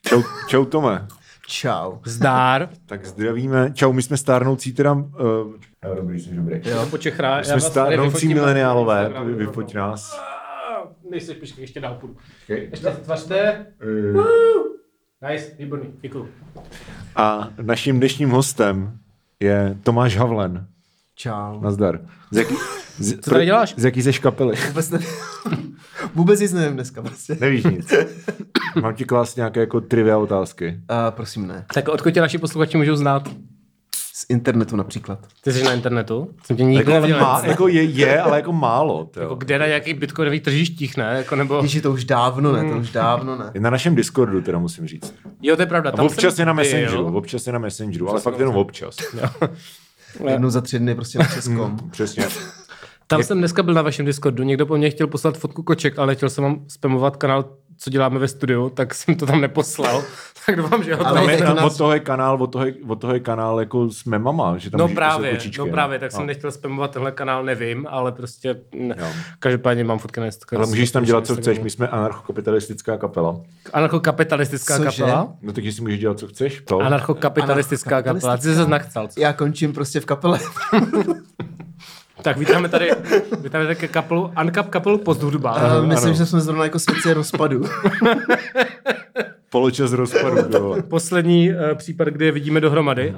Čau Tome. Čau. Zdár. Tak zdravíme. Čau, my jsme stárnoucí teda... Dobrý, jsi dobrý. Jo, počechrá. Jsme stárnoucí mileniálové, vyfoť nás. Nejsi, počkej, ještě dál půjdu. Okay. Ještě se tvařte. Nice, výborný, děkuju. A naším dnešním hostem je Tomáš Havlen. Čau. Nazdar. Co tady děláš? Z jaký seš kapely? Vůbec nic nevím dneska prostě. Nevíš nic. Mám ti klást nějaké jako trivia otázky. Prosím ne. Tak odkud tě naši posluchači můžou znát? Z internetu například. Ty jsi na internetu? Jsem tě nikdy Jako, neviděl. je, ale jako málo. Jako kde na nějakých bitcoinových tržištích, ne? Jako nebo... Víš, to už dávno ne, to už dávno ne. Na našem Discordu teda musím říct. Jo, to je pravda. A občas je na Messengeru, ale fakt jenom občas. Jednou za 3 dny prostě na Českom. Přesně. Tam jsem dneska byl na vašem Discordu, někdo po mně chtěl poslat fotku koček, ale chtěl jsem vám spamovat kanál, co děláme ve studiu, tak jsem to tam neposlal. Tak doufám, že ho to Ale od toho je kanál jako s memama, že tam právě, tak jsem nechtěl spamovat tenhle kanál, nevím, ale prostě každopádně mám fotky na Instagramu. Ale můžeš tam dělat, co chceš, my jsme anarchokapitalistická kapela. Anarchokapitalistická kapela? No tak si můžeš dělat, co chceš. To. Anarchokapitalistická kapela, ty jsi se nachcal. Já končím prostě v kapele. Tak vítáme tady kapelu, Uncap kapelu Posthudba. Myslím, že jsme zrovna jako svědci rozpadu. Poločas rozpadu. Poslední případ, kdy je vidíme dohromady.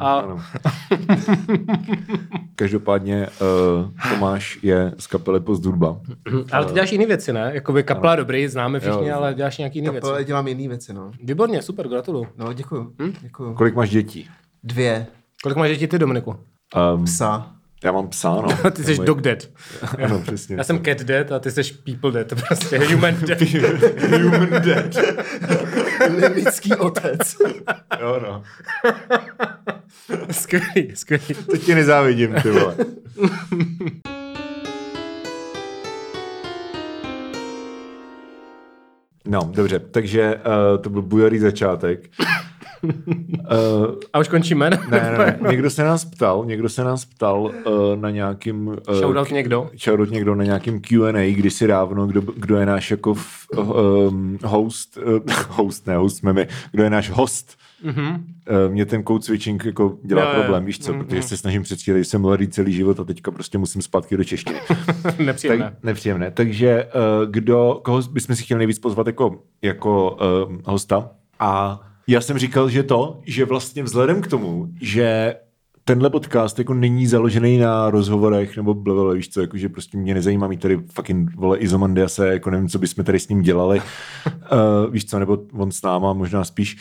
Každopádně Tomáš je z kapely Posthudba. Ale ty děláš jiné věci, ne? Jakoby kapela dobrý, známe všichni, ale děláš nějaký jiné věci. Kapele dělám jiné věci, no. Výborně, super, gratuluju. No, děkuju. Děkuju. Kolik máš dětí? 2. Kolik máš dětí ty, Dominiku? Psa. Já mám psa, no. Ty jsi dog dead. Ano, přesně. Já jsem cat dead a ty jsi people dead. Prostě human dead. Human dead. Lidský otec. Jo, no. Skvělý. Teď ti nezávidím, ty vole. No, dobře, takže to byl bujarý začátek. A už končíme? Ne. Někdo se nás ptal na nějakým... Shoutout někdo na nějakým Q&A, kdysi dávno, kdo je náš jako host jsme my, kdo je náš host. Mm-hmm. Mě ten code switching jako dělá problém, víš co, protože se snažím předstírat, že jsem mladý celý život a teďka prostě musím zpátky do češtiny. Nepříjemné. Takže koho bychom si chtěli nejvíc pozvat jako hosta? A já jsem říkal, že vlastně vzhledem k tomu, že tenhle podcast jako není založený na rozhovorech nebo blablabla, víš co, jakože prostě mě nezajímá mít tady fucking vole Izomandiase, jako nevím, co bychom tady s ním dělali, víš co, nebo on s náma možná spíš,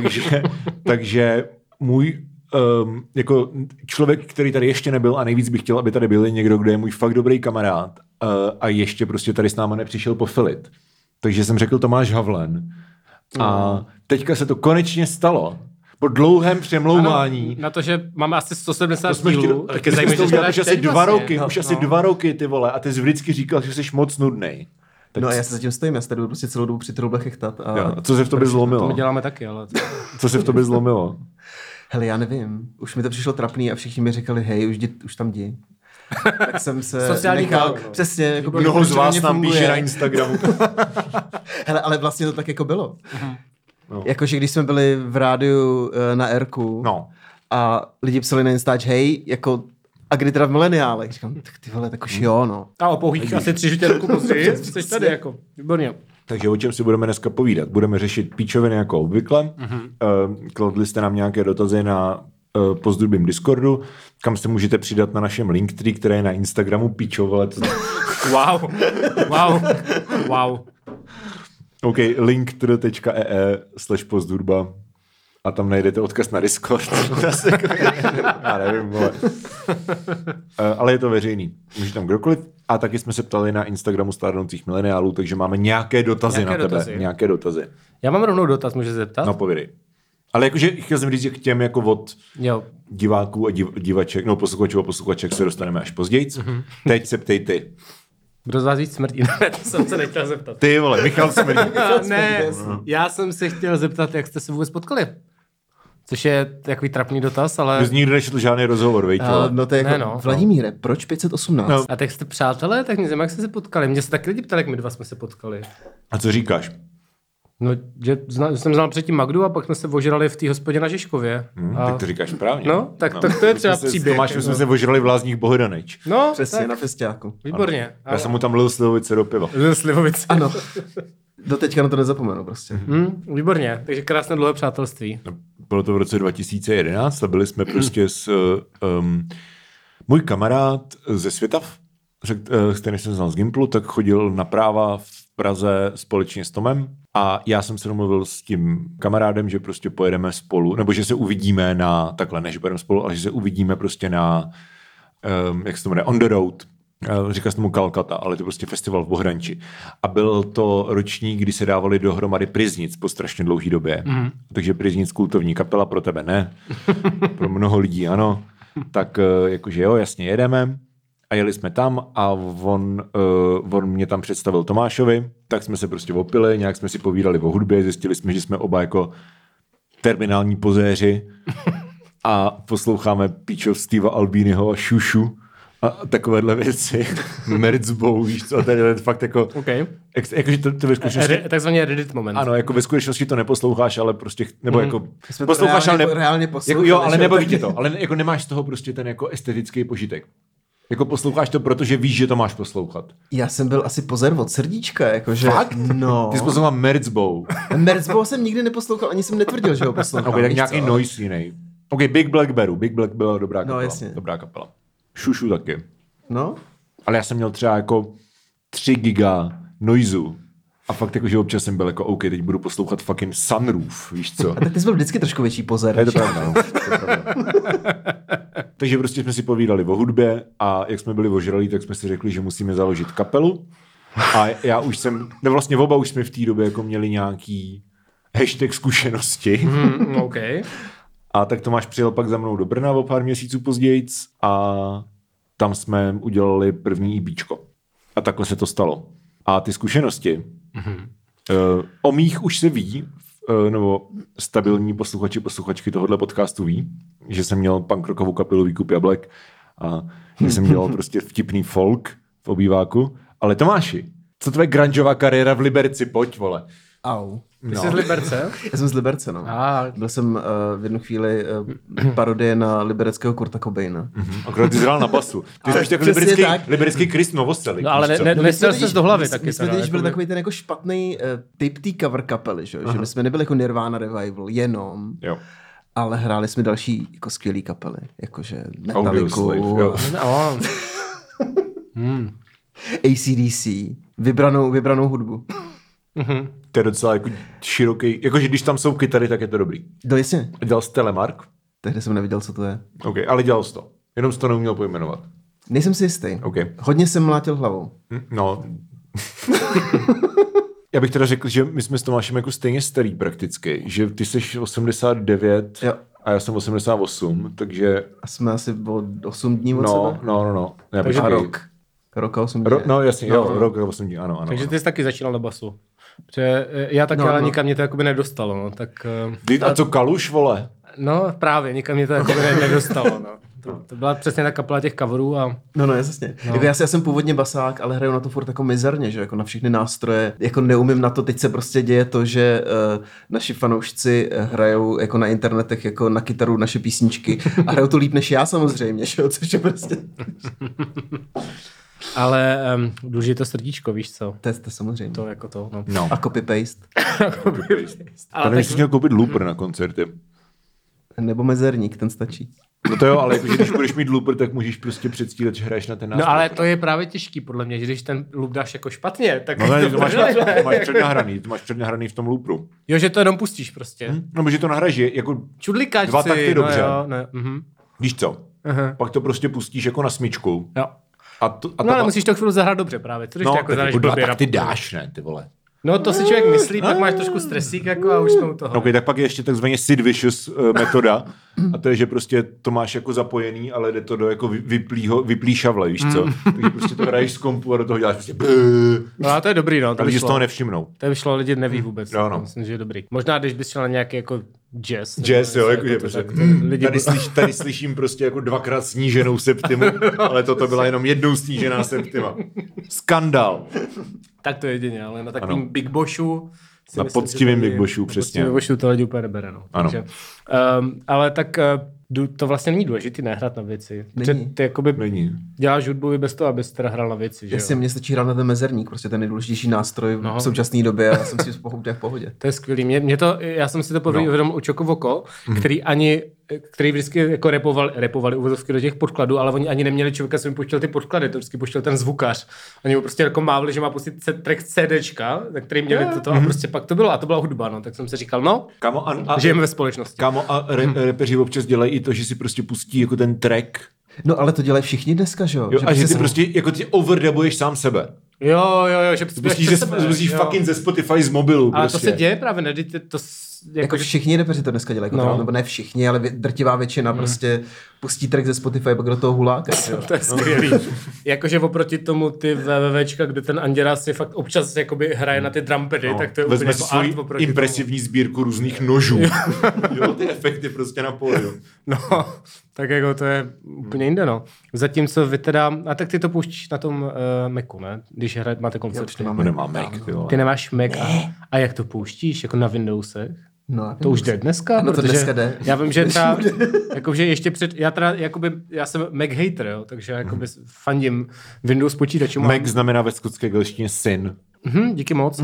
takže můj jako člověk, který tady ještě nebyl a nejvíc bych chtěl, aby tady byl někdo, kdo je můj fakt dobrý kamarád a ještě prostě tady s náma nepřišel pofilit. Takže jsem řekl Tomáš Havlen. A teďka se to konečně stalo. Po dlouhém přemlouvání. Ano, na to, že máme asi 170 dílů. Tak je zajímavé, že už asi 2 roky, asi 2 roky, ty vole, a ty jsi vždycky říkal, že jsi moc nudnej. Tak no a já se zatím stojím, já se tady budu prostě celou dobu při troublech chechtat. A co se v tobě zlomilo? To my děláme taky, ale... Co se v tobě zlomilo? Hele, já nevím. Už mi to přišlo trapný a všichni mi říkali, hej, už tam jdi. Tak jsem se sociální nechal, přesně. Jako mnoho z vás nám píše na Instagramu. Hele, ale vlastně to tak jako bylo. No. Jakože když jsme byli v rádiu na Rku a lidi psali na Instač, hej, jako a kdy teda v mileniálech? Říkám, tak ty vole, tak už jo, no. A o pouhých asi 3 roku později jsi tady jako, výborně. Takže o čem si budeme dneska povídat? Budeme řešit píčoviny jako obvykle. Kladli jste nám nějaké dotazy na Posthudbím Discordu, kam se můžete přidat na našem Linktree, které je na Instagramu píčovale. Wow. OK, linktr.ee/posthudba a tam najdete odkaz na Discord. Já nevím, vole. Ale je to veřejný. Může tam kdokoliv. A taky jsme se ptali na Instagramu stárnoucích mileniálů, takže máme nějaké dotazy na tebe. Nějaké dotazy. Já mám rovnou dotaz, můžeš zeptat? No, povědej. Ale jakože chtěl jsem říct, že k těm jako od diváků a divaček, no posluchačů a posluchaček se dostaneme až později. Teď se ptej ty. Kdo z vás víc smrtí? Ne, to jsem se nechtěl zeptat. Ty vole, Michal smrtí. Ne, já jsem se chtěl zeptat, jak jste se vůbec potkali. Což je takový trapný dotaz, ale... Jsi nikdy nečetl žádný rozhovor, vejď? No to je jako, Vladimíre, proč 518? No. A tak jste přátelé? Tak mě zajímá, jak jste se potkali. Mně se taky lidi ptali, jak my dva jsme se potkali. A co říkáš? No, jsem znal předtím Magdu a pak jsme se ožrali v té hospodě na Žižkově. Tak to říkáš správně. No, tak to je třeba příběh. Tomáš, jsme se ožrali v Lázních Bohdanič. No, přesně, na festiáku. Výborně. Já jsem mu tam lil slivovice do piva. Lil slivovice. Ano. Do teďka na to nezapomenu prostě. Výborně, takže krásné dlouhé přátelství. Bylo to v roce 2011 a byli jsme prostě s... můj kamarád ze Světav, který jsem znal z Gimplu, tak chodil na práva v Praze společně s Tomem a já jsem se domluvil s tím kamarádem, že prostě pojedeme spolu, nebo že se uvidíme na, takhle, než pojedeme spolu, ale že se uvidíme prostě na, jak se to jmenuje, on the road. Říká se tomu Kalkata, ale to je prostě festival v Bohdanči. A byl to ročník, kdy se dávali dohromady Pryznic po strašně dlouhý době. Takže Pryznic kultovní kapela, pro tebe ne, pro mnoho lidí ano. Tak jakože jo, jasně jedeme. A jeli jsme tam a on mě tam představil Tomášovi, tak jsme se prostě opili, nějak jsme si povídali o hudbě, zjistili jsme, že jsme oba jako terminální pozéři a posloucháme píčo Steva Albiniho a Šušu a takovéhle věci. Merzbow, víš co, a ten je fakt jako... Okay. Jakože to ve skutečnosti... Takzvaný Reddit moment. Ano, jako ve skutečnosti to neposloucháš, ale prostě, nebo jako... Posloucháš, ale reálně posloucháš. Jako, jo, ale nebaví tě to, ale jako nemáš z toho prostě ten jako estetický požitek. Jako posloucháš to, protože víš, že to máš poslouchat. Já jsem byl asi pozor od srdíčka, jakože... Fakt? No. Ty jsi poslouchal Merzbow. Merzbow jsem nikdy neposlouchal, ani jsem netvrdil, že ho poslouchal. Ok, tak nějaký noise jiný. Ok, Big Black byla dobrá kapela. No, jasně. Dobrá kapela. Šušu taky. No. Ale já jsem měl třeba jako 3 giga noizu. A fakt jako, že občas jsem byl jako, OK, teď budu poslouchat fucking Sunroof, víš co? A tak ty jsi byl vždycky trošku větší pozor. Je to pravda, no. Takže prostě jsme si povídali o hudbě a jak jsme byli ožralí, tak jsme si řekli, že musíme založit kapelu. A já už jsem, no vlastně oba už jsme v té době jako měli nějaký hashtag zkušenosti. Okay. A tak Tomáš přijel pak za mnou do Brna o pár měsíců později a tam jsme udělali první EPčko. A takhle se to stalo. A ty zkušenosti, o mých už se ví, nebo stabilní posluchačky tohohle podcastu ví, že jsem měl punk rockovou kapelu Výkup jablek a že jsem dělal prostě vtipný folk v obýváku. Ale Tomáši, co tvoje grungeová kariéra v Liberci? Pojď, vole. Au. Ty jsi z Liberce? Já jsem z Liberce, no. Byl jsem v jednu chvíli parodie na libereckého Kurta Cobaina. Akorát ty jsi hrál na basu. Ty jsi jako liberecký Chris Novoselic. No ale nestěl jsi do hlavy taky. My jsme teď byli takový ten jako špatný typ té cover kapely, že my jsme nebyli jako Nirvana Revival, jenom. Jo. Ale hráli jsme další jako skvělý kapely, jakože Metallicu, AC/DC, vybranou hudbu. To je docela jako široký, jakože když tam jsou kytary, tak je to dobrý. Jasně. Dělal jsi Telemark? Tehdy jsem neviděl, co to je. OK, ale dělal jsi to. Jenom jsi to neuměl pojmenovat. Nejsem si jistý. Okay. Hodně jsem mlátil hlavou. No. Já bych teda řekl, že my jsme s Tomášem jako stejně starý prakticky, že ty jsi 89 jo. A já jsem 88, takže... A jsme asi o 8 dní od sebe? No. Ne, takže rok a 8 dní. No jasně, rok a 8 dní, ano. Takže ty jsi taky začínal na basu. Protože já taky, ale nikam mě to jakoby nedostalo, no, tak... A co Kaluš, vole? No právě, nikam mě to jakoby nedostalo, no. To byla přesně ta kapela těch coverů a... No jasně. No. Jako já jsem původně basák, ale hraju na to furt jako mizerně, že jako na všechny nástroje. Jako neumím na to, teď se prostě děje to, že naši fanoušci hrajou jako na internetech jako na kytaru naše písničky a hrajou to líp než já samozřejmě, že jo, což je prostě... Ale důležité srdíčko, víš co? To samozřejmě. To jako to, no. No. A copy-paste. Ale tak jsi měl koupit looper na koncerty. Nebo mezerník, ten stačí. No to jo, ale jako, když budeš mít looper, tak můžeš prostě předstírat, že hraješ na ten nástroj. No ale to je právě těžký podle mě, že když ten loop dáš jako špatně, tak... No ne, to máš přednahraný v tom looperu. Jo, že to jenom pustíš prostě. No, že to nahraš, jako čudlíkač 2 takty dobře. Jo, ne. Víš co? Pak to prostě pustíš jako na smyčku. Jo. Ale musíš to chvíli zahrát dobře právě. Co když no, jako tak 2 takty dáš, ne, ty vole. No to si člověk myslí, pak máš trošku stresík jako a už jsme u toho. Ok, tak pak je ještě takzvaně Sid Vicious metoda a to je, že prostě to máš jako zapojený, ale jde to do jako vyplý šavle, víš co? Takže prostě to hraješ z kompu a do toho děláš prostě No a to je dobrý, no. To lidi z toho nevšimnou. To vyšlo, lidi neví vůbec. No. Myslím, že je dobrý. Možná, když bys šel na nějaký jako jazz. Jazz, jo, jako je prostě. Tady slyším prostě jako 2krát sníženou septimu, ale toto byla jenom jednou snížená septima. Skandál. Tak to jedině, ale na takovým Big Boshu Na poctivým Big Boshu, přesně. Na Big Boshu to lidi úplně nebere, no. Ano. Takže, ale tak to vlastně není důležitý nehrát na věci. Ty jakoby děláš hudbu i bez toho, abys teda hrál na věci, že jo? Mně stačí hrát na ten mezerník, prostě ten nejdůležitější nástroj v současné době a já jsem si v pohodě. To je skvělý. Já jsem si to povědomil u Čoko Voko, který vždycky jako repovali uvozovky do těch podkladů, ale oni ani neměli člověka, jsem pouštěl ty podklady, to vždycky pouštěl ten zvukař. Oni mu prostě jako mávli, že má pustit track CDčka, na který měli toto a prostě pak to bylo a to byla hudba, no, tak jsem si říkal, no, žijeme ve společnosti. Kámo, a repeři občas dělají i to, že si prostě pustí jako ten track. No, ale to dělají všichni dneska, že jo? A že ty prostě jako ty overdubuješ sám sebe. Jo, že pustíš fucking ze Spotify z mobilu. Ale prostě. To se děje právě, ne? Jako všichni repeři to dneska dělají, nebo ne všichni, ale drtivá většina prostě pustí track ze Spotify, pak do toho huláka. To je skvělý. Jakože oproti tomu ty wwwčka, kde ten Anděra si fakt občas jakoby hraje na ty drumpady, tak to je úplně jako art oproti impresivní tomu. Sbírku různých nožů. Jo, ty efekty prostě na pódiu. No, tak jako to je úplně jinde, no. Zatímco vy teda, a tak ty to pouštíš na tom Macu, ne? Když máte koncerty. Nemám Mac, ty nemáš Mac. A jak to pouštíš? Jako na Windowsech? No, to už jde dneska? No to dneska jde. Já vím, že jakože ještě já jsem Mac hater, jo, takže jakoby fandím Windows počítačům. Mac znamená ve skotské gelštině syn. Díky moc.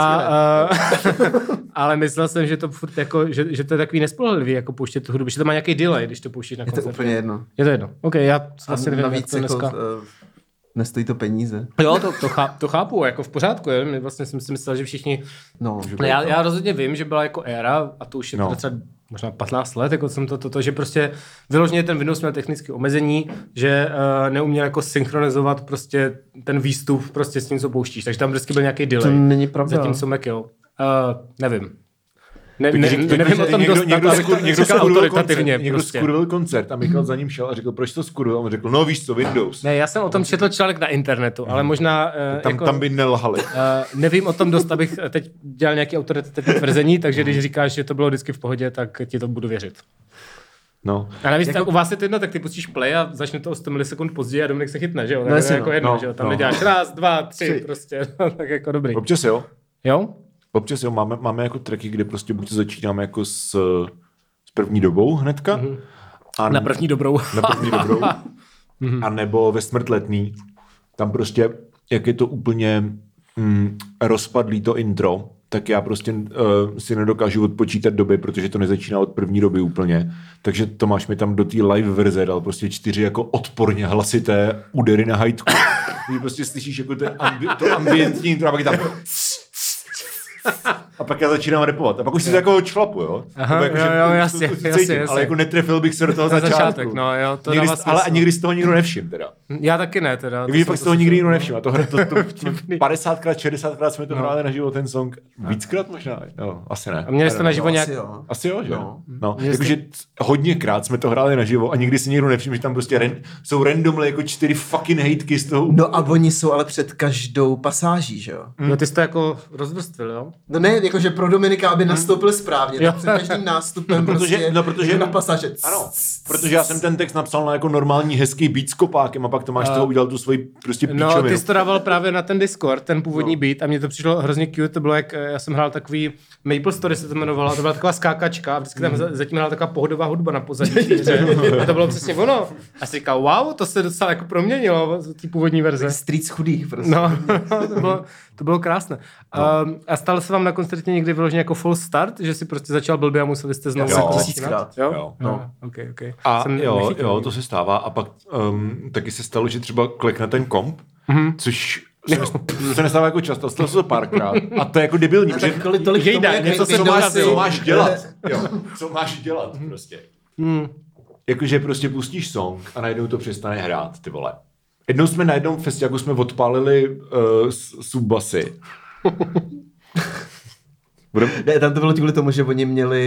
Ale myslel jsem, že to furt jako, že to je takový nespolehlivý, jako pouštět tu hudbu, že to má nějaký delay, když to pouštíš na koncert. Je to úplně jedno. Je to jedno. OK, já vlastně nevím, jak to dneska... Nestojí to peníze. Jo, to chápu, jako v pořádku. Je. Vlastně jsem si myslel, že všichni... No, já rozhodně vím, že byla jako éra, a to už je třeba možná 15 let, jako jsem to, že prostě vyloženě ten Windows měl technické omezení, že neuměl jako synchronizovat prostě ten výstup prostě s tím, co pouštíš. Takže tam vždycky byl nějaký delay. To není pravda. Zatímco Mac, jo. Nevím. Nevím o tom dost, někdo skurvil koncert a Michal za ním šel a řekl, proč to skurvil? A on řekl, no víš co, Windows. Ne, já jsem o tom četl článek na internetu, ale možná... Tam by nelhali. Nevím o tom dost, abych teď dělal nějaké autoritativní tvrzení, takže když říkáš, že to bylo vždycky v pohodě, tak ti to budu věřit. No. A navíc jako... tak u vás je to jedno, tak ty pustíš play a začne to o 100 milisekund později a Dominik se chytne, že jo? Tak jako jedno, že jo? Tam neděláš 1, 2, 3 prostě, tak jako dobrý. Občas jo. Jo? Občas jo, máme jako tracky, kde prostě buď začínáme jako s první dobou hnedka. Na první dobrou. A nebo ve smrtletný. Tam prostě, jak je to úplně rozpadlý to intro, tak já prostě si nedokážu odpočítat doby, protože to nezačíná od první doby úplně. Takže Tomáš mi tam do té live verze dal prostě 4 jako odporně hlasité údery na hajtku. Když prostě slyšíš jako to ambientní intro a pak je tam... A pak já začínám rapovat. A pak už si to jako člapu, jo? Aha, jako, jasně. Ale jako netrefil bych se do toho začátku. No, jo, to ale nikdy z toho nikdo nevšim, teda. Já taky ne, teda. Víš, pak z toho nikdy nikdo nevšim. A to 50krát, 60krát jsme to hráli naživo, ten song. Víckrát možná? No, asi ne. A měli jste naživo nějak... Asi jo, že jo? No, jakože hodněkrát jsme to hráli naživo a nikdy si nikdo nevšim, že tam prostě jsou randomly jako 4 fucking hejtky z toho. No a oni jsou ale před každou pasáží, že jo? No ty jsi to jako rozvrstvil, jo? No ne, jakože pro Dominika, aby nastoupil správně, tak před každým nástupem protože na pasáže. Ano, protože já jsem ten text napsal na jako normální hezký beat s kopákem a pak to máš z toho udělal tu svoji prostě píčovinu. No, ty jsi to dával právě na ten Discord, ten původní beat a mně to přišlo hrozně cute, to bylo jak, já jsem hrál takový Maple Story se to jmenovalo, to byla taková skákačka a vždycky tam zatím hrála taková pohodová hudba na pozadí a to bylo přesně ono. A si říkal, wow, to se docela jako proměnilo z té původní verze. Street chudých prostě. No, to bylo krásné. A stalo se vám na koncertě někdy vyloženě jako full start, že si prostě začal blbě a museli jste znovu začínat? Jo. No. Okay. A jo, to se stává a pak taky se stalo, že třeba klekne ten komp, což se nestává jako často, stalo se to párkrát. A to je jako debilní, protože co máš dělat. Co máš dělat prostě. Jakože prostě pustíš song a najednou to přestane hrát, ty vole. Jednou jsme na jednom festiáku jsme odpálili subbasy. Ne, tam to bylo kvůli tomu, že oni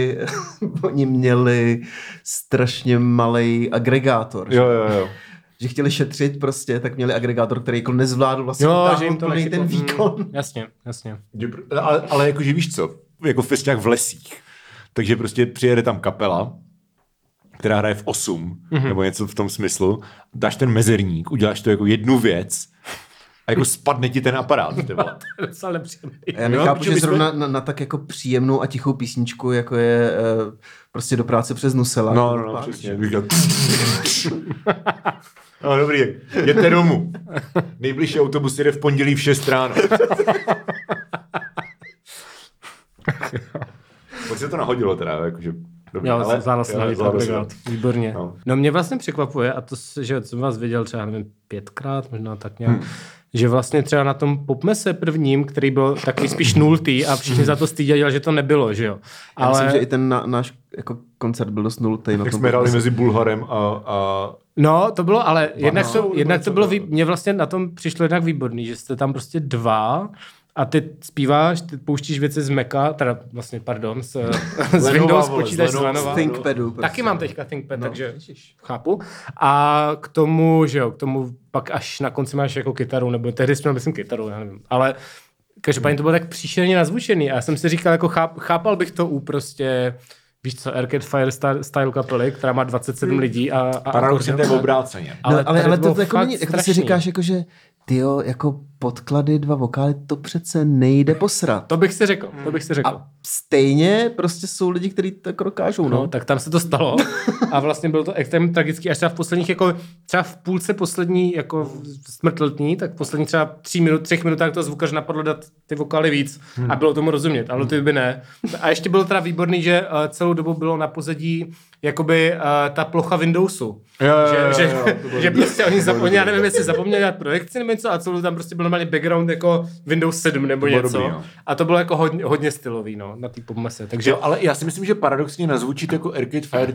měli strašně malej agregátor. Jo. Že chtěli šetřit prostě, tak měli agregátor, který jako nezvládl vlastně utáhnout ten výkon. Jasně. Ale jakože víš co, jako festiák v lesích. Takže prostě přijede tam kapela, která hraje v 8, nebo něco v tom smyslu, dáš ten mezerník, uděláš to jako jednu věc a jako spadne ti ten aparát. To je docela nepříjemný. Já nechápu, že zrovna na tak jako příjemnou a tichou písničku, jako je prostě do práce přes Nusela. No, přesně. No, dobrý, jděte domů. Nejbližší autobus jede v pondělí v 6 ráno. Pak se to nahodilo teda, jakože... Dobrý, ale výborně. No mě vlastně překvapuje, a to, že jsem vás viděl třeba, nevím, 5krát, možná tak nějak, že vlastně třeba na tom popmese prvním, který byl takový spíš nultý a všichni za to styděli, že to nebylo, že jo. Já myslím, že i ten náš jako koncert byl dost nultý. Tak jsme hrali mezi Bulharem a... No, to bylo, ale jednak to bylo, mně vlastně na tom přišlo jednak výborný, že jste tam prostě dva a ty zpíváš, ty pouštíš věci z Maca, teda vlastně, pardon, z Windows počítač z Lenova. ThinkPadu. Prostě. Taky mám teďka ThinkPad, takže chápu. A k tomu, že jo, k tomu pak až na konci máš jako kytaru, nebo tehdy jsme myslím kytaru, já nevím, ale každopádně to bylo tak příšerně nazvučený a já jsem si říkal, jako chápal bych to u prostě, víš co, Arcade Fire style kapely, která má 27 lidí a paradoxně to je obráceně. Ale to jako není, jako si říkáš, jako že tyjo, jako podklady, 2 vokály, to přece nejde posrat. To bych si řekl. A stejně prostě jsou lidi, kteří tak dokážou, no. Tak tam se to stalo a vlastně bylo to extrémně tragický, až třeba v posledních, jako třeba v půlce poslední, jako smrteltní, tak v posledních třeba 3 minutách to zvukař napadlo dát ty vokály víc a bylo tomu rozumět, ale ty by ne. A ještě bylo teda výborný, že celou dobu bylo na pozadí jakoby ta plocha Windowsu. Že prostě oni já nevím, jestli zapomněli dát projekci nebo něco a celou tam prostě byl normálně background jako Windows 7 nebo něco. Dobrý, no. A to bylo jako hodně stylový, no, na té popmese. Takže... Jo, ale já si myslím, že paradoxně nazvučit jako Arcade Fire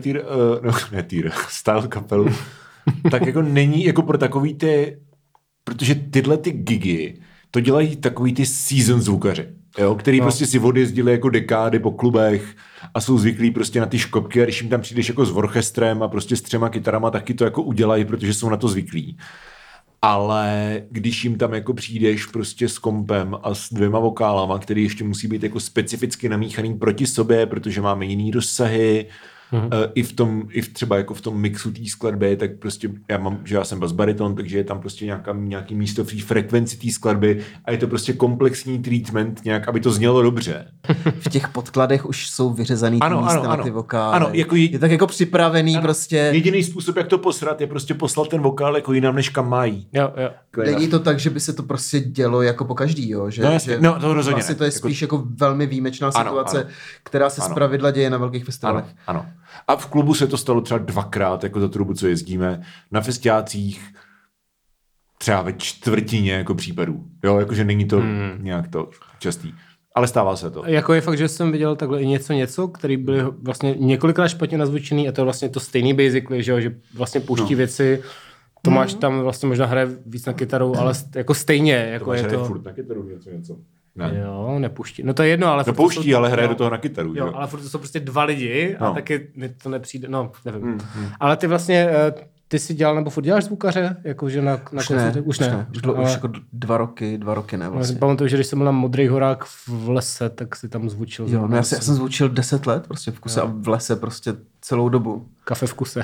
style kapelu, tak jako není jako pro takový ty, protože tyhle ty gigy, to dělají takový ty season zvukaři, jo, který prostě si odjezdili jako dekády po klubech a jsou zvyklí prostě na ty škopky a když jim tam přijdeš jako s orchestrem a prostě s 3 kytarama, taky to jako udělají, protože jsou na to zvyklí. Ale když jim tam jako přijdeš prostě s kompem a s 2 vokálama, který ještě musí být jako specificky namíchaný proti sobě, protože máme jiný rozsahy, i třeba jako v tom mixu té skladby, tak prostě já jsem basbariton, takže je tam prostě nějaký místo v té frekvenci té skladby a je to prostě komplexní treatment nějak, aby to znělo dobře. V těch podkladech už jsou vyřezaný ty místa na ty vokály. Ano, jako je tak jako připravený prostě. Jediný způsob, jak to posrat, je prostě poslat ten vokál jako jinam, než kam mají. Jo. Není to tak, že by se to prostě dělo jako po každý, jo? Že, to rozhodně. Vlastně to je spíš jako velmi výjimečná situace, která se zpravidla děje na velkých festivalech. Ano. A v klubu se to stalo třeba 2krát, jako za tu dobu, co jezdíme. Na festiácích třeba ve 1/4 jako případů. Jo, jakože není to nějak to častý. Ale stává se to. Jako je fakt, že jsem viděl takhle i něco, který byly vlastně několikrát špatně nazvučený a to je vlastně to stejný basically, že vlastně pouští věci. Tomáš tam vlastně možná hraje víc na kytaru, ale jako stejně. Jako Tomáš je to furt na kytaru něco. Ne. Jo, nepouští. No to je jedno, ale... To pouští, ale hraje do toho na kytaru. Jo, ale furt to jsou prostě 2 lidi a taky to nepřijde, nevím. Ale ty vlastně, ty si dělal, nebo furt děláš zvukaře? Jakože na koncertech? Už ne. Už jako 2 roky ne vlastně. Já pamatuju, že když jsem byl na Modrých horách v lese, tak si tam zvučil. Jo, no já jsem zvučil 10 let prostě v kuse a v lese prostě celou dobu. Kafe v kuse.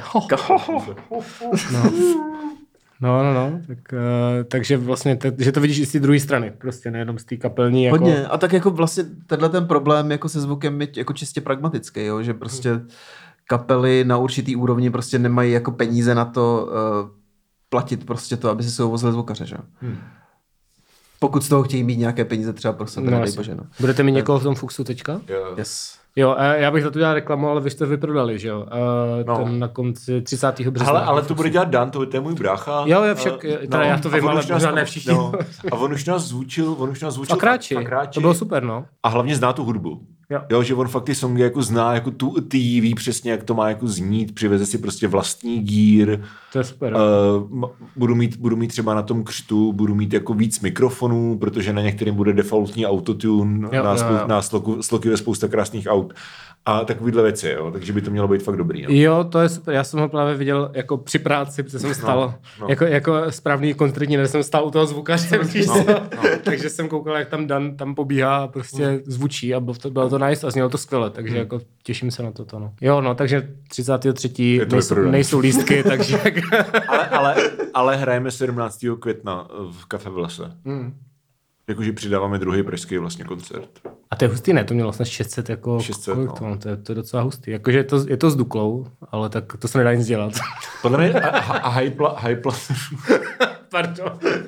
No, takže vlastně, že to vidíš i z té druhé strany, prostě nejenom z té kapelní. Jako... Hodně, a tak jako vlastně tenhle ten problém jako se zvukem je jako čistě pragmatický, jo? Že prostě kapely na určitý úrovni prostě nemají jako peníze na to platit prostě to, aby si uvozili zvukaře, že? Pokud z toho chtějí mít nějaké peníze třeba pro sebe, nedej bože. No. Budete mít někoho v tom Fuxu teďka? Yes. Jo, já bych za to dělal reklamu, ale vy jste vyprodali, že jo? Ten na konci 30. března. Ale to bude dělat Dan, to je můj brácha. Jo, však, já to vím, ale možná ne všichni. A on už nás zvučil Fakráči. To bylo super, no. A hlavně zná tu hudbu. Jo, že on fakt ty songy jako zná, jako ty ví přesně, jak to má jako znít, přiveze si prostě vlastní gír. To je super. Budu mít třeba na tom křtu, budu mít jako víc mikrofonů, protože na některým bude defaultní autotune, na sloky ve spousta krásných aut. A takovýhle věci, jo, takže by to mělo být fakt dobrý. No. Jo, to je super, já jsem ho právě viděl jako při práci, protože jsem stál, jako správný koncertní, jsem stál u toho zvukaře, takže jsem koukal, jak tam Dan tam pobíhá a prostě zvučí a bylo to nice a znělo to skvěle, takže jako těším se na to. No. Jo, no, takže 33. nejsou lístky, takže... ale hrajeme 17. května v Kafe v lese. Jakože přidáváme druhý pražský vlastně koncert. A to je hustý, ne? To mělo vlastně 600 jako... 600, no. To je docela hustý. Jakože je to s Duklou, ale tak to se nedá nic dělat. Podle mě hypla... Pardon.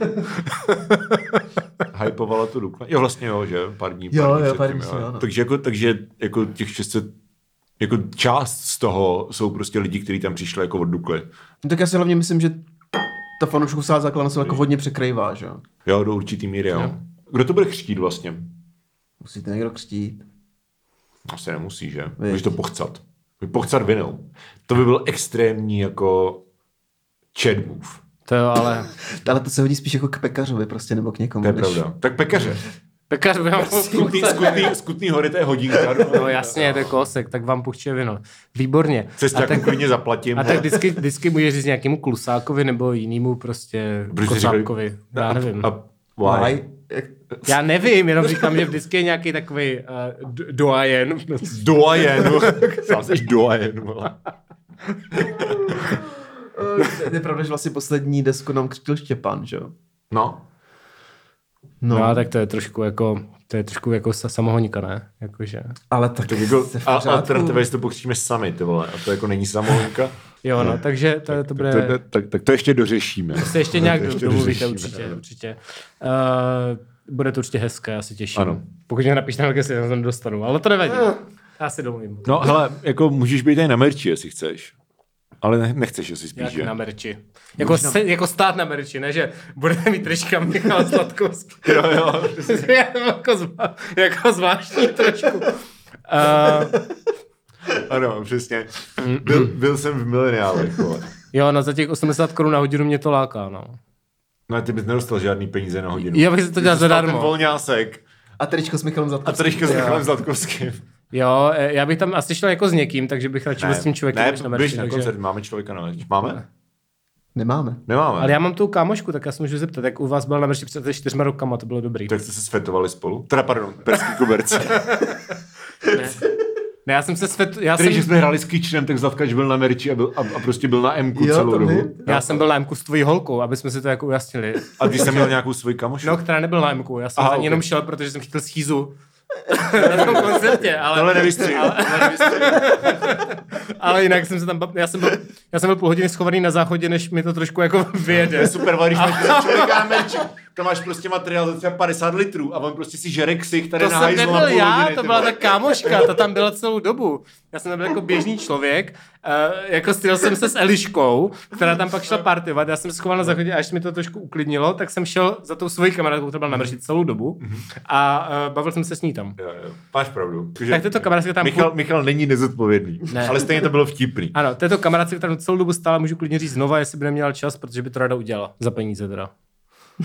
Hypovala to Dukla. Jo, vlastně jo, že? Pár dní předtím. No. Takže jako těch 600... Jako část z toho jsou prostě lidi, kteří tam přišli jako od Dukly. No, tak já si hlavně myslím, že ta fanouškovská základna se jako hodně překrývá, že? Jo, do určitý míry, jo. Kdo to bude křtít vlastně? Musíte někdo křtít. Asi nemusí, že? Můžeš to pochcat. Pochcat vinou. To by byl extrémní jako Chad move. To jo, ale to se hodí spíš jako k pekařovi prostě, nebo k někomu. To je pravda. Tak pekaře. Pekař by vám Skutný hory, to je hodinka. No jasně, to je kousek, tak vám puchče vino. Výborně. Cestáku klidně zaplatím. A tak vždycky můžeš říct nějakému klusákovi nebo jinému prostě kosákovi. Já nevím. Why? Já nevím, jenom říkám, že vždycky je nějaký takový doajen. Doajen. Sám seš doajen. Je pravda, že vlastně poslední desku nám křtil Štěpán, že jo? No, tak to je trošku jako samohoníka, ne? Jakože. Ale tak jako, a teda to pokřtíme sami, ty vole. A to jako není samohoníka. Jo, no, takže to bude... Tak to ještě dořešíme. To se ještě nějak domluvíte určitě. Bude to určitě hezké, já se těším. Ano. Pokud mě napíš na se to nedostanu, ale to nevadí. Já si domluvím. No hele, jako můžeš být tady na merči, jestli chceš. Ale nechceš, jestli spíš, že? Na merči. Jako stát na merči, ne, že budete mít trička Michal Zlatkovský. Jo. jako zvláštní trošku. Ano, přesně. Byl jsem v mileniálech. Jo, no za těch 80 Kč na hodinu mě to láká, no. No a ty bys nedostal žádný peníze na hodinu. Já bych si to dělal zadarmo. Ten volňásek. A tričko s Michalem Zlatkovským. Jo, já bych tam asi šel jako s někým, takže bych radši byl s tím člověkem než na merči. Na koncert, máme člověka na merči. Máme? Nemáme. Ale já mám tu kámošku, tak já se můžu zeptat, jak u vás byl na merči před 4 rokama, to bylo dobrý. Tak jste se svetovali spolu? Teda pardon, perský koberci. Ne, já jsem se že jsme hráli s Kyčnem, tak Zlatkač byl na merči a prostě byl na Mku celou dobu. Já jsem byl na Mku s tvojí holkou, aby jsme si to jako ujasnili. A ty jsi měl nějakou svoji kamošku? No, která nebyla na Mku, já jsem za ní jenom šel, protože jsem chytil schýzu. Na tom koncertě, ale... Tohle nevystřihl. Ale jinak jsem se tam... Já jsem byl půl hodiny schovaný na záchodě, než mi to trošku jako vyjede. To je super, když máš člověka na merči. To máš prostě materiál za třeba 50 litrů a on prostě si žere ksich tady na hajzlu na půl hodiny. To byla ta kámoška, ta tam byla celou dobu. Já jsem tam byl jako běžný člověk, jako styl jsem se s Eliškou, která tam pak šla partyvat, já jsem se schoval na záchodě a až mi to trošku uklidnilo, tak jsem šel za tou svojí kamarádkou, která byla na merči celou dobu a bavil jsem se s ní tam. Jo. Máš pravdu. Tak této kamarádce tam... Michal není nezodpovědný, ne. Ale stejně to bylo vtipný. Ano, této kamarádce, která celou dobu stála, můžu klidně říct znova, jestli by neměla čas, protože by to ráda udělala. Za peníze teda.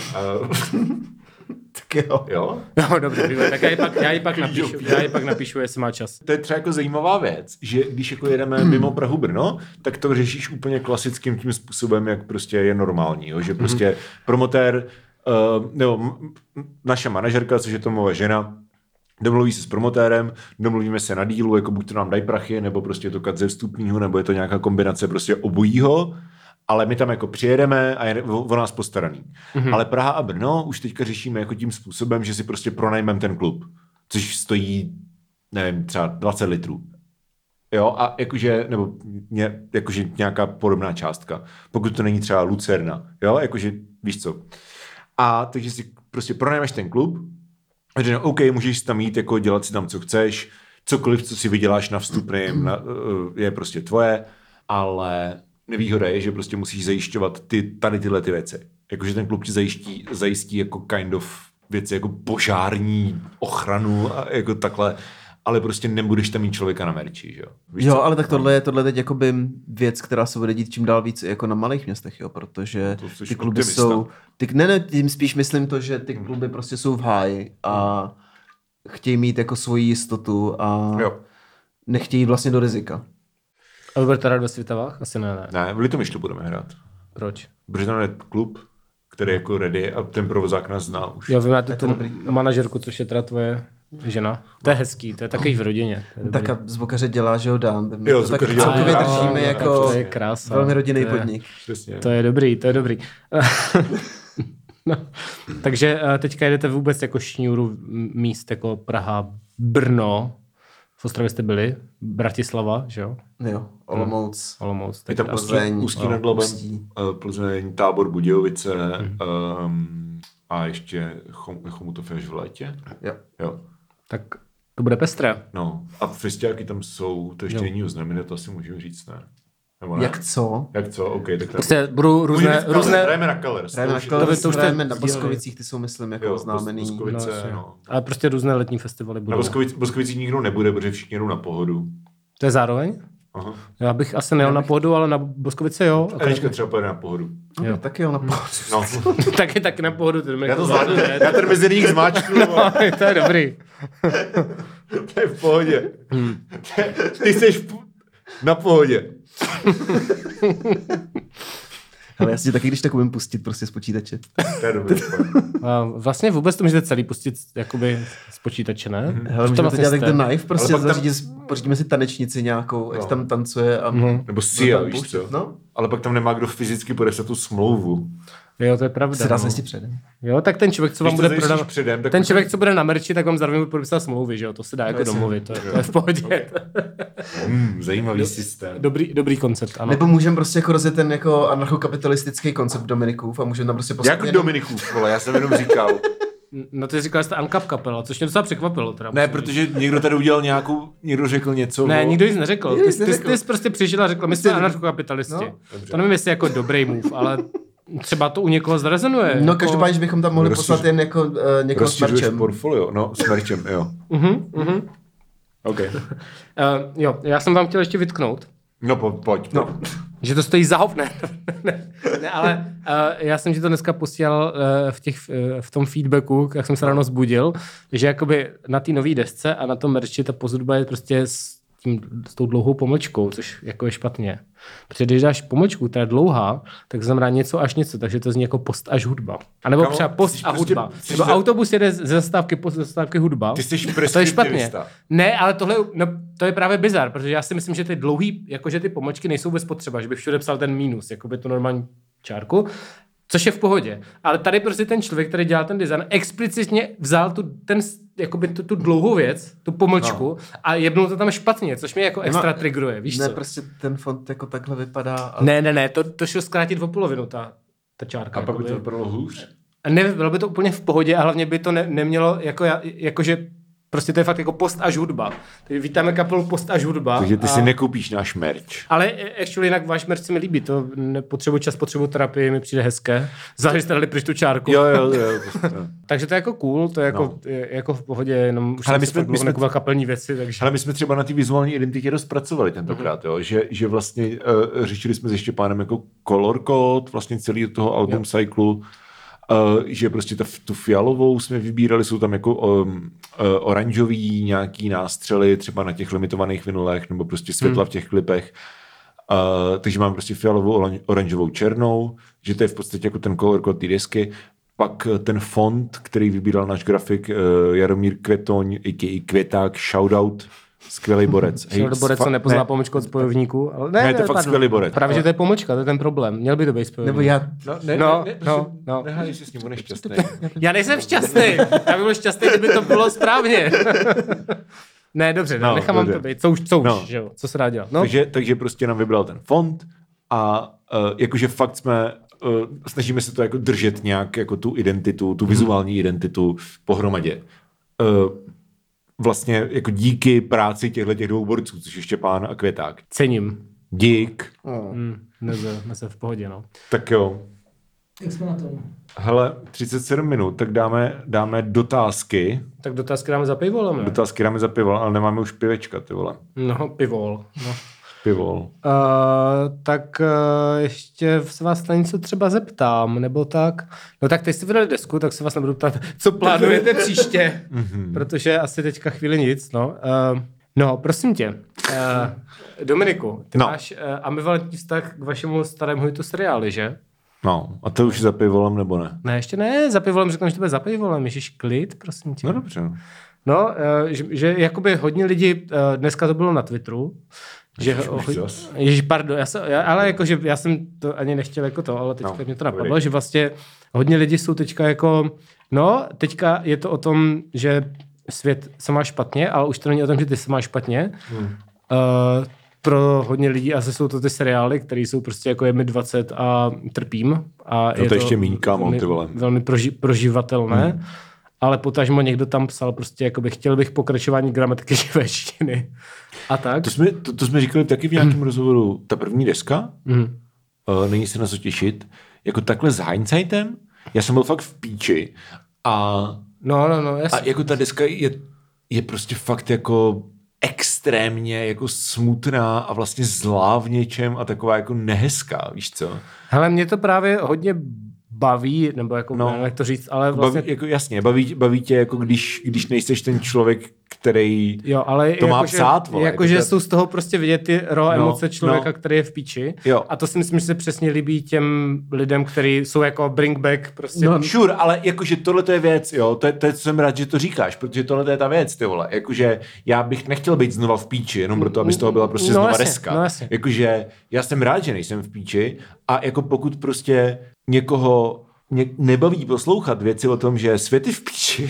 Tak jo. Jo, dobře, tak já ji pak napíšu, jestli má čas. To je třeba jako zajímavá věc, že když jako jedeme mimo Prahu Brno, tak to řešíš úplně klasickým tím způsobem, jak prostě je normální, jo? Že prostě promotér, nebo naše manažerka, což je to moje žena, domluví se s promotérem, domluvíme se na dílu, jako buď to nám dají prachy, nebo prostě je to kat ze vstupního, nebo je to nějaká kombinace prostě obojího. Ale my tam jako přijedeme a je o nás postaraný. Ale Praha a Brno už teďka řešíme jako tím způsobem, že si prostě pronajmeme ten klub, což stojí, nevím, třeba 20 litrů. Jo, a jakože, nebo jakože nějaká podobná částka. Pokud to není třeba Lucerna, jo, jakože, víš co. A takže si prostě pronajmeš ten klub a říkáš, OK, můžeš tam jít, jako dělat si tam, co chceš, cokoliv, co si vyděláš na vstupným, je prostě tvoje, ale nevýhoda je, že prostě musíš zajišťovat tady tyhle ty věci. Jakože ten klub ti zajistí jako kind of věci, jako požární ochranu a jako takhle, ale prostě nebudeš tam mít člověka na merči, že jo? Víš jo, co? ale tak tohle je teď jakoby věc, která se bude dít čím dál víc jako na malých městech, jo, protože ty kluby jsou... Tím spíš myslím to, že ty kluby prostě jsou v háji a chtějí mít jako svoji jistotu a... Jo. nechtějí vlastně do rizika. A budete hrát ve Svitavách? Asi ne. Ne, v Litomyšli budeme hrát. Proč? Protože tam je klub, který je jako ready a ten provozák nás zná už. Jo, vy máte tu manažerku, což je teda tvoje žena. To je hezký, to je takový v rodině. Tak a zvukaře dělá, že ho dám. Jo, zvukaře dělá. Celkově držíme jako to je krása. velmi rodinný podnik. Přesně. To je dobrý. No, takže teďka jedete vůbec jako šňůru míst jako Praha, Brno. V Ostravě jste byli, Bratislava, že jo? Jo, Olomouc. Je tam Ústí nad Labem, Plzeň, Tábor, Budějovice a ještě Chomutov až v létě. Jo. Tak to bude pestré. No a festiáky tam jsou, to ještě není oznámené, to asi můžeme říct, ne? Ne? Jak co? OK, tak prostě budou různé... Hrajeme na Colors. Hrajeme na Boskovicích, ty jsou, myslím, jako oznámený. No. Ale prostě různé letní festivaly budou. Na Boskovicích nikdo nebude, protože všichni jdou na Pohodu. To je zároveň? Aha. Já bych asi nejel na Pohodu, ale na Boskovice jo. Anička třeba pojede na Pohodu. Jo, taky jo, na Pohodu. No. taky na Pohodu. Já to zvládnu, já ten mezerník zmáčknu. No, to je dobrý. To je v pohodě. Ty jsi na Pohodě. Ale já si taky, když tak umím pustit prostě z počítače. To je dobrý. Vlastně vůbec to můžete celý pustit jakoby z počítače, ne? Hele, můžeme to dělat jak ten knife, prostě pořídíme si tanečnici nějakou, jak tam tancuje. A nebo Sia, víš co? No? Ale pak tam nemá kdo fyzicky podepsat tu smlouvu. Jo, to je pravda. Se dá zajistit předem. Jo, tak ten člověk, co vám bude prodávat, ten člověk, tak... co bude na merči, tak vám zároveň bude podepsat smlouvy, že jo, to se dá jako domluvit, to je v pohodě. Zajímavý systém. Dobrý koncept, ano. Nebo můžeme prostě jako rozjet ten jako anarchokapitalistický koncept Dominikův a můžeme tam prostě poslat. Jak Dominikův, vole, já jsem jenom říkal. No ty říkal, že jste Uncap kapela, což mě docela překvapilo. Teda ne, protože někdo tady udělal někdo řekl něco. Ne, nikdo nic neřekl. Ty jsi prostě přišel a řekl, my jsme anarchokapitalisti. No, to nevím, jestli jako dobrý move, ale třeba to u někoho zrezonuje. No každopádně, že bychom tam mohli poslat jen jako někoho s merčem. Portfolio, no s merčem, jo. OK. Jo, já jsem vám chtěl ještě vytknout. No pojď. No. Že to stojí za hovne. Ne, ale já jsem ti to dneska posílal v tom feedbacku, jak jsem se ráno zbudil, že jakoby na té nový desce a na tom merči ta pozudba je prostě s tou dlouhou pomlčkou, což jako je špatně. Protože když dáš pomlčku, která je dlouhá, tak znamená něco až něco, takže to zní jako post až hudba. A nebo třeba post a hudba. Nebo autobus jede ze zastávky post ze zastávky hudba. Ty jsi to je špatně. Ne, ale tohle, to je právě bizar, protože já si myslím, že ty dlouhý, jakože ty pomlčky nejsou bez potřeba, že bych všude psal ten mínus, jako by tu normální čárku. Což je v pohodě. Ale tady prostě ten člověk, který dělal ten design, explicitně vzal tu dlouhou věc, tu pomlčku a jebnul to tam špatně, což mě jako extra triggeruje, víš co? Ne, prostě ten font jako takhle vypadá. A... Ne, to šlo zkrátit o polovinu, ta čárka. A pak by to vypadalo hůř? Ne, bylo by to úplně v pohodě a hlavně by to nemělo, jakože prostě to je fakt jako post až hudba. Takže vítáme kapelu Post až hudba. Takže ty si nekoupíš náš merch. Ale actually jinak váš merch se mi líbí. To potřebuji terapii, mi přijde hezké. Záleží jste dali pryč tu čárku. Jo. Takže to je jako cool, to je jako v pohodě, jenom už my jsme kapelní věci. Takže... Ale my jsme třeba na té vizuální identitě dost pracovali tentokrát, jo? Že vlastně řešili jsme se Štěpánem jako color code, vlastně celý toho album cyklu. Že prostě tu fialovou jsme vybírali, jsou tam jako oranžový nějaký nástřely, třeba na těch limitovaných vinylech, nebo prostě světla v těch klipech. Takže mám prostě fialovou, oranžovou, černou, že to je v podstatě jako ten color code té desky. Pak ten font, který vybíral náš grafik Jaromír Kvetoň, a.k.a. Květák, shoutout, skvělý borec. Borec se nepozná pomlčku od spojovníků. Ale ne, to je fakt skvělý borec. Právě, že to je pomlčka, to je ten problém. Měl by to být spojovník. Nebo já... No. Nehádej si s ním, on je šťastný. Já nejsem šťastný. Já bych byl šťastný, kdyby to bylo správně. Ne, dobře, nechám vám to být. Co už, že jo? Co se dá dělat? No. Takže prostě nám vybral ten font a jakože fakt snažíme se to jako držet nějak jako tu identitu, tu vizuální identitu pohromadě. Vlastně jako díky práci těchto dvou borců, což je Štěpán a Květák. Cením. Dík. Neze v pohodě, no. Tak jo. Jak jsme na tom? Hele, 37 minut, tak dáme dotázky. Tak dotázky dáme za pivolem, ne? Dotázky dáme za pivol, ale nemáme už pivečka, ty vole. No, pivol. No. Pivol. Tak ještě se vás na něco třeba zeptám, nebo tak. No tak teď jste vydali desku, tak se vás nebudu ptát, co plánujete příště, protože asi teďka chvíli nic, no. No, prosím tě. Dominiku, ty máš ambivalentní vztah k vašemu starému hitu seriály, že? No, a to už za pivolem, nebo ne? Ne, ještě ne, za pivolem, řeknu, že to bude za pivolem, ježiš, klid, prosím tě. No dobře. No, že jakoby hodně lidí, dneska to bylo na Twitteru, že ježiš, pardon, ale jakože já jsem to ani nechtěl jako to, ale teďka mě to napadlo, že vlastně hodně lidí jsou teďka jako, no, teďka je to o tom, že svět se má špatně, ale už to není o tom, že ty se máš špatně. Pro hodně lidí asi jsou to ty seriály, které jsou prostě jako je mi 20 a trpím. A no to ještě mínka, velmi proživatelné. Ale potažmo někdo tam psal prostě, jakoby chtěl bych pokračování gramatiky švédštiny. A tak. To jsme říkali taky v nějakém rozhovoru. Ta první deska, není se na co těšit, jako takhle s hindsightem, já jsem byl fakt v píči a jasně. A jako ta deska je prostě fakt jako extrémně jako smutná a vlastně zlá v něčem a taková jako nehezká, víš co? Hele, mě to právě hodně baví, nebo jako jak to říct, ale vlastně... Jako jasně, baví tě, jako když nejseš ten člověk, který ale to má psát. Jakože jsou z toho prostě vidět ty emoce člověka, který je v píči. Jo. A to si myslím, že se přesně líbí těm lidem, kteří jsou jako bring back prostě. No, sure, ale jakože tohle to je věc, jo, to je, jsem rád, že to říkáš, protože tohle je ta věc, ty vole. Jakože já bych nechtěl být znova v píči, jenom proto, aby z toho byla prostě znova deska. Jakože já jsem rád, že nejsem v píči a jako pokud prostě někoho nebaví poslouchat věci o tom, že svět je v píči,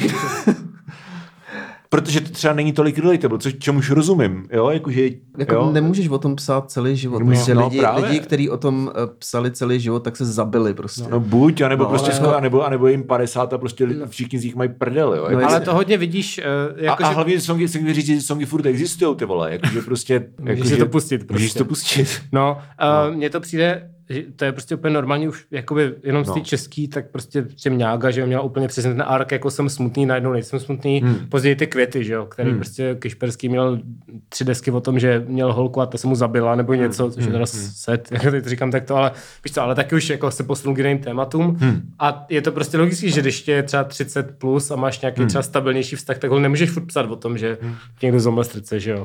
protože to třeba není tolik relatable, čemuž rozumím, jo, jakože... Nemůžeš o tom psát celý život, prostě lidi, kteří o tom psali celý život, tak se zabili prostě. No buď, anebo prostě anebo jim 50 a prostě všichni z nich mají prdel, jo. No, ale to hodně vidíš... A hlavně songy říct, že songy furt existujou, ty vole, jakože prostě... Můžeš to pustit. Můžeš to pustit. No, mně to přijde... To je prostě úplně normální už jakoby jenom z té český, tak prostě jsem Mňága, že měla úplně přesně ten ark, jako jsem smutný, najednou nejsem smutný, později ty Květy, že jo, který prostě Kišperský měl 3 desky o tom, že měl holku a ta se mu zabila, nebo něco, což je teda set, jak teď říkám takto, ale víš co, ale taky už jako se posunul k jiným tématům a je to prostě logický, že když je třeba 30 plus a máš nějaký třeba stabilnější vztah, tak ho nemůžeš furt psát o tom, že někdo zomle z srdce, že jo.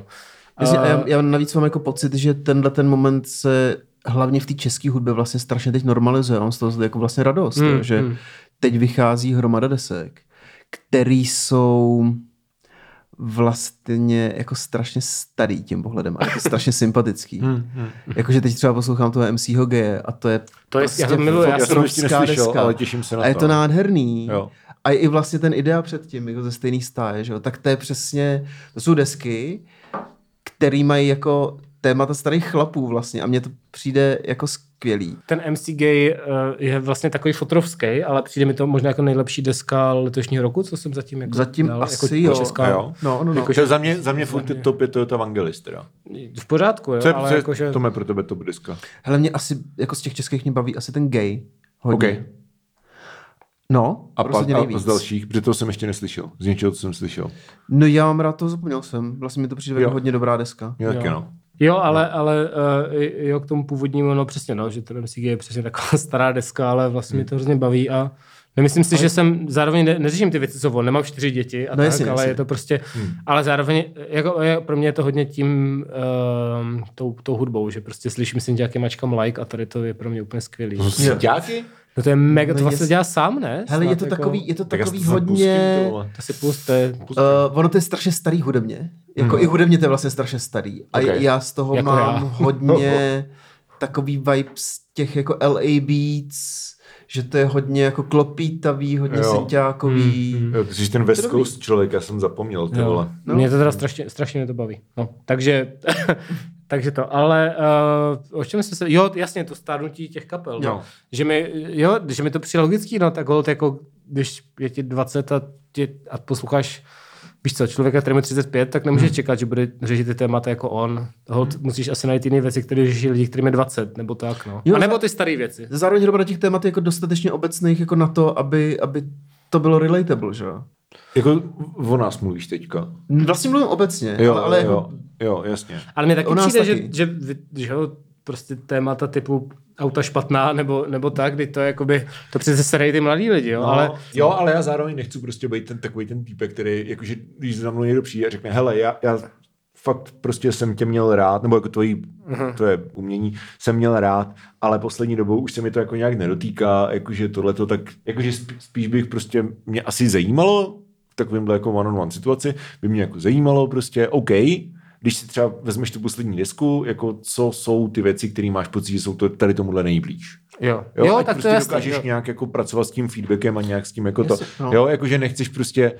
Já navíc mám jako pocit, že ten moment se hlavně v té české hudbě vlastně strašně teď normalizuje. Mám z toho jako vlastně radost, že teď vychází hromada desek, který jsou vlastně jako strašně starý tím pohledem a jako strašně sympatický. Jakože teď třeba poslouchám toho MCho G a to je prostě já to miluji, já jsem ještě neslyšel, ale těším se na to. A je to nádherný. Jo. A i vlastně ten idea předtím, jako ze stejných stáje, že jo, tak to je přesně, to jsou desky, který mají jako témata starých chlapů vlastně a mně to přijde jako skvělý. Ten MC Gay je vlastně takový fotrovský, ale přijde mi to možná jako nejlepší deska letošního roku, co jsem zatím jako zatím dal, asi jako jo. Česká. Jo. No. Jako, za mě furt top je to Vangelis teda. V pořádku, jo. Ale jakože... To je pro tebe top deska. Hele, mě asi, jako z těch českých mě baví asi ten Gay. Hodně. Okay. No, a pak z dalších, protože to jsem ještě neslyšel. Z něčeho, co jsem slyšel. No já mám rád to, zapomněl jsem. Vlastně mi to přijde jako hodně dobrá deska. Jo, ale k tomu původnímu, no přesně, no, že ten MCG je přesně taková stará deska, ale vlastně mi to hrozně baví a nemyslím si, že jsem zároveň neřeším ty věci, co on, nemám 4 děti a no, tak, jasně, ale je to prostě, ale zároveň, jako pro mě je to hodně tím, tou hudbou, že prostě slyším si nějaký mačkám like a tady to je pro mě úplně skvělý. Děti? No to je mega, to vlastně dělá sám, ne? Hele, je to takový hodně... To si puste. Ono to je strašně starý hudebně. Jako i hudebně to je vlastně strašně starý. A já z toho jako mám hodně takový vibes těch jako LA Beats, že to je hodně jako klopítavý, hodně synťákový. Ty jsi ten West Coast člověk, já jsem zapomněl. No. Mě to teda strašně mě to baví. No, takže to, ale o čem jsme se... Jo, jasně, to stárnutí těch kapel. No. Že mi to přijde logický, no tak holt jako, když je ti 20 a posloucháš, víš co, člověka, který má 35, tak nemůžeš čekat, že bude řešit ty témata jako on. Holt musíš asi najít jiné věci, které řeší lidi, kterým je 20, nebo tak, no. A nebo ty staré věci. Zároveň dobrá těch témat je jako dostatečně obecných jako na to, aby to bylo relatable, že jo? Jako o nás mluvíš teďka. Vlastně mluvím obecně, ale jako... Jo, jasně. Ale mě taky přijde, že prostě témata typu auta špatná, nebo tak, kdy to je jakoby, to přece serají ty mladí lidi, jo, ale já zároveň nechci prostě být takový ten týpek, který, jakože, když za mnou někdo přijde a řekne, hele, já fakt prostě jsem tě měl rád, nebo jako to je umění, jsem měl rád, ale poslední dobou už se mi to jako nějak nedotýká, jakože tohleto tak, jakože spíš bych prostě mě asi zajímalo, v takovémhle jako one-on-one situaci, by mě jako zajímalo prostě, OK, když si třeba vezmeš tu poslední desku, jako co jsou ty věci, které máš pocit, že jsou to tady tomuhle nejblíž. Jo, tak prostě to dokážeš nějak jako pracovat s tím feedbackem a nějak s tím jako to. No. Jo, jakože nechceš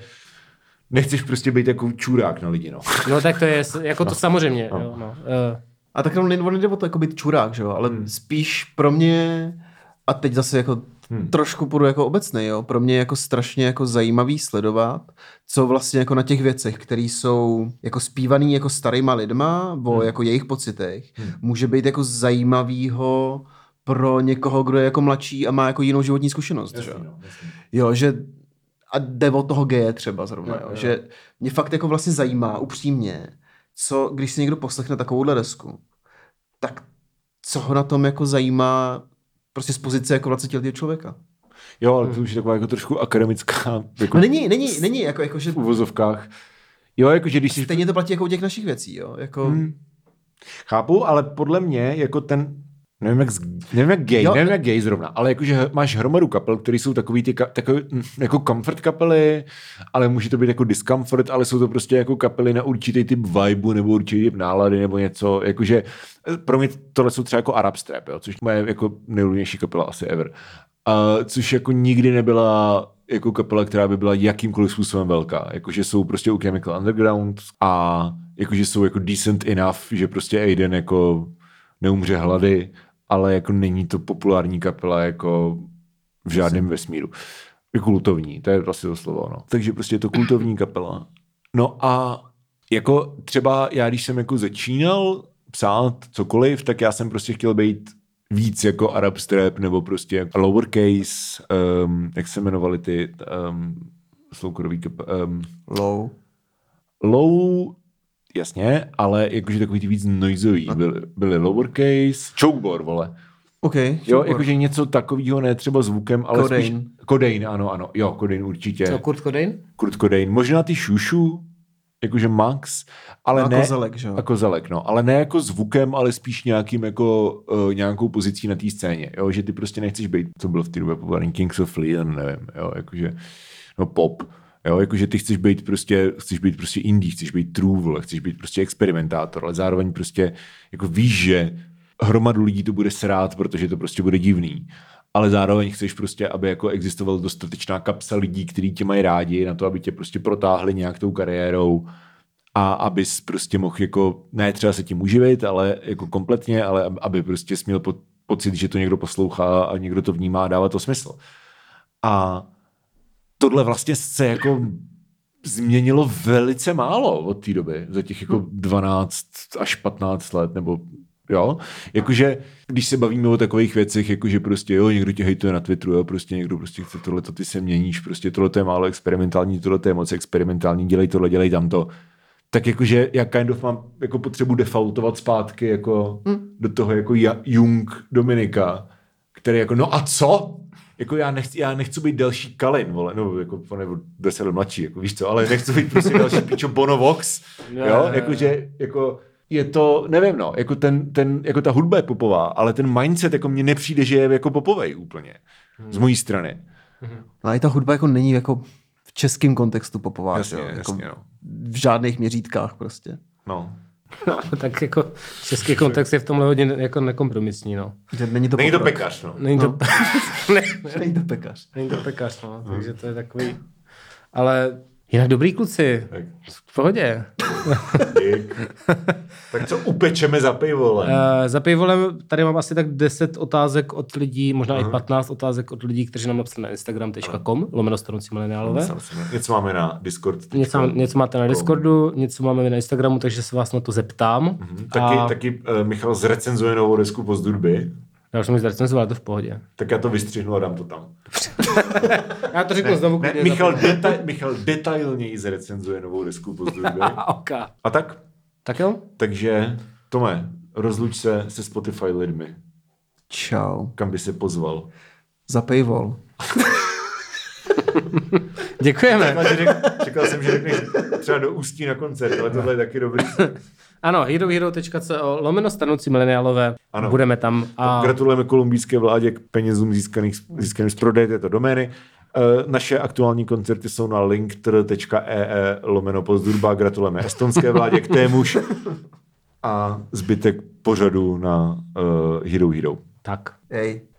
prostě být jako čurák na lidi, no. No tak to je jako to samozřejmě. No. Jo, no. A tak nejde o to jako být čurák, že jo, ale spíš pro mě, a teď zase jako trošku půjdu jako obecnej, jo, pro mě je jako strašně jako zajímavý sledovat, co vlastně jako na těch věcech, které jsou jako zpívaný jako starýma lidma, o jako jejich pocitech, může být jako zajímavýho pro někoho, kdo je jako mladší a má jako jinou životní zkušenost. Jasný, že? Jo, že a jde od toho geje třeba zrovna, jo. Že mě fakt jako vlastně zajímá upřímně, co, když si někdo poslechne takovouhle desku, tak co ho na tom jako zajímá prostě z pozice jako 20letého člověka. Jo, ale to už je taková jako trošku akademická. Jako no není jako že v uvozovkách. Jo, jako že když si... Stejně to platí jako u těch našich věcí, jo. Jako... Chápu, ale podle mě jako ten nevím jak gay zrovna, ale jakože máš hromadu kapel, které jsou takový jako comfort kapely, ale může to být jako discomfort, ale jsou to prostě jako kapely na určitý typ vibe nebo určitý typ nálady nebo něco, jakože pro mě tohle jsou třeba jako Arab Strap, jo, což moje jako nejlubnější kapela asi ever. Což jako nikdy nebyla jako kapela, která by byla jakýmkoliv způsobem velká, jakože jsou prostě u Chemical Underground a jakože jsou jako decent enough, že prostě Aiden jako neumře hlady, ale jako není to populární kapela jako v žádném vesmíru. Je kultovní, to je vlastně to slovo, no. Takže prostě je to kultovní kapela. No a jako třeba já, když jsem jako začínal psát cokoliv, tak já jsem prostě chtěl být víc jako Arab Strap nebo prostě lowercase, jak se jmenovali ty sloukorový Low, jasně, ale jakože takový ty víc noizový. Byly lowercase, chokebore, vole. Okay, jo, jakože něco takového, ne třeba zvukem, ale Codain. Spíš... Codain, ano. Jo, Codain určitě. Co, Kurt Cobain? Kurt Cobain. Možná ty Šušu, jakože Max, ale no, ne... Kozelek, že jo? A Kozelek, no. Ale ne jako zvukem, ale spíš nějakým jako nějakou pozicí na té scéně. Jo, že ty prostě nechceš být, co bylo v té době populární, Kings of Leon, nevím, jo, jakože, no pop. Jo, jakože ty chceš být prostě indie, chceš být true, chceš být prostě experimentátor, ale zároveň prostě jako víš, že hromadu lidí to bude srát, protože to prostě bude divný. Ale zároveň chceš prostě, aby jako existovala dostatečná kapsa lidí, kteří tě mají rádi na to, aby tě prostě protáhli nějak tou kariérou a abys prostě mohl jako, ne třeba se tím uživit, ale jako kompletně, ale aby prostě jsi měl pocit, že to někdo poslouchá a někdo to vnímá a dává to smysl. A tohle vlastně se jako změnilo velice málo od té doby, za těch jako 12 až 15 let, nebo jo, jakože když se bavíme o takových věcech, jakože prostě jo, někdo tě hejtuje na Twitteru, jo, prostě někdo prostě chce tohleto, ty se měníš, prostě tohleto je málo experimentální, tohleto je moc experimentální, dělej tohle, dělej tamto. Tak jakože já kind of mám jako potřebu defaultovat zpátky jako do toho jako Jung Dominika, který jako no a co? Jako já nechci být další Kalin, vole, no jako on je 10 let mladší, jako víš co, ale nechci být prostě další pičo Bono Vox, jo, jakože jako je to, nevím no, jako jako ta hudba je popová, ale ten mindset jako mně nepřijde, že je jako popovej úplně, z mojí strany. No a ta hudba jako není jako v českém kontextu popová, jasně, jako jasně, no. V žádných měřítkách prostě. No. No, tak jako český kontext je v tomhle hodně jako nekompromisní, no. Není to pekař, no. Není to pekař. Není to pekař, no. Takže to je takový... Ale jinak dobrý kluci. Tak. V pohodě. Tak co upečeme za pivolem? Za pivolem tady mám asi tak 10 otázek od lidí, možná i 15 otázek od lidí, kteří nám napsali na instagram.com/Stronci mileniálové. Něco máme na Discord. Něco máte na Discordu, něco máme na Instagramu, takže se vás na to zeptám. Taky Michal zrecenzuje novou desku Pozdudby. Já už jsem ji zrecenzoval, to v pohodě. Tak já to vystřihnu a dám to tam. Já to řeknu znovu. Michal detailněji zrecenzuje novou desku Pozdudby. Okay. A tak? Tak jo? Takže, Tome, rozluč se se Spotify lidmi. Čau. Kam by se pozval? Za paywall. Děkujeme. Čekal jsem, že řekneš třeba do Ústí na koncert, ale tohle je taky dobrý. Ano, herohero.co/stanoucí mileniálové. Budeme tam. A... Gratulujeme kolumbijské vládě k penězům získaným z prodeje této domény. Naše aktuální koncerty jsou na linktr.ee/pozdurba. Gratulujeme estonské vládě k témuž. A zbytek pořadu na Hero Hero. Tak. Hej.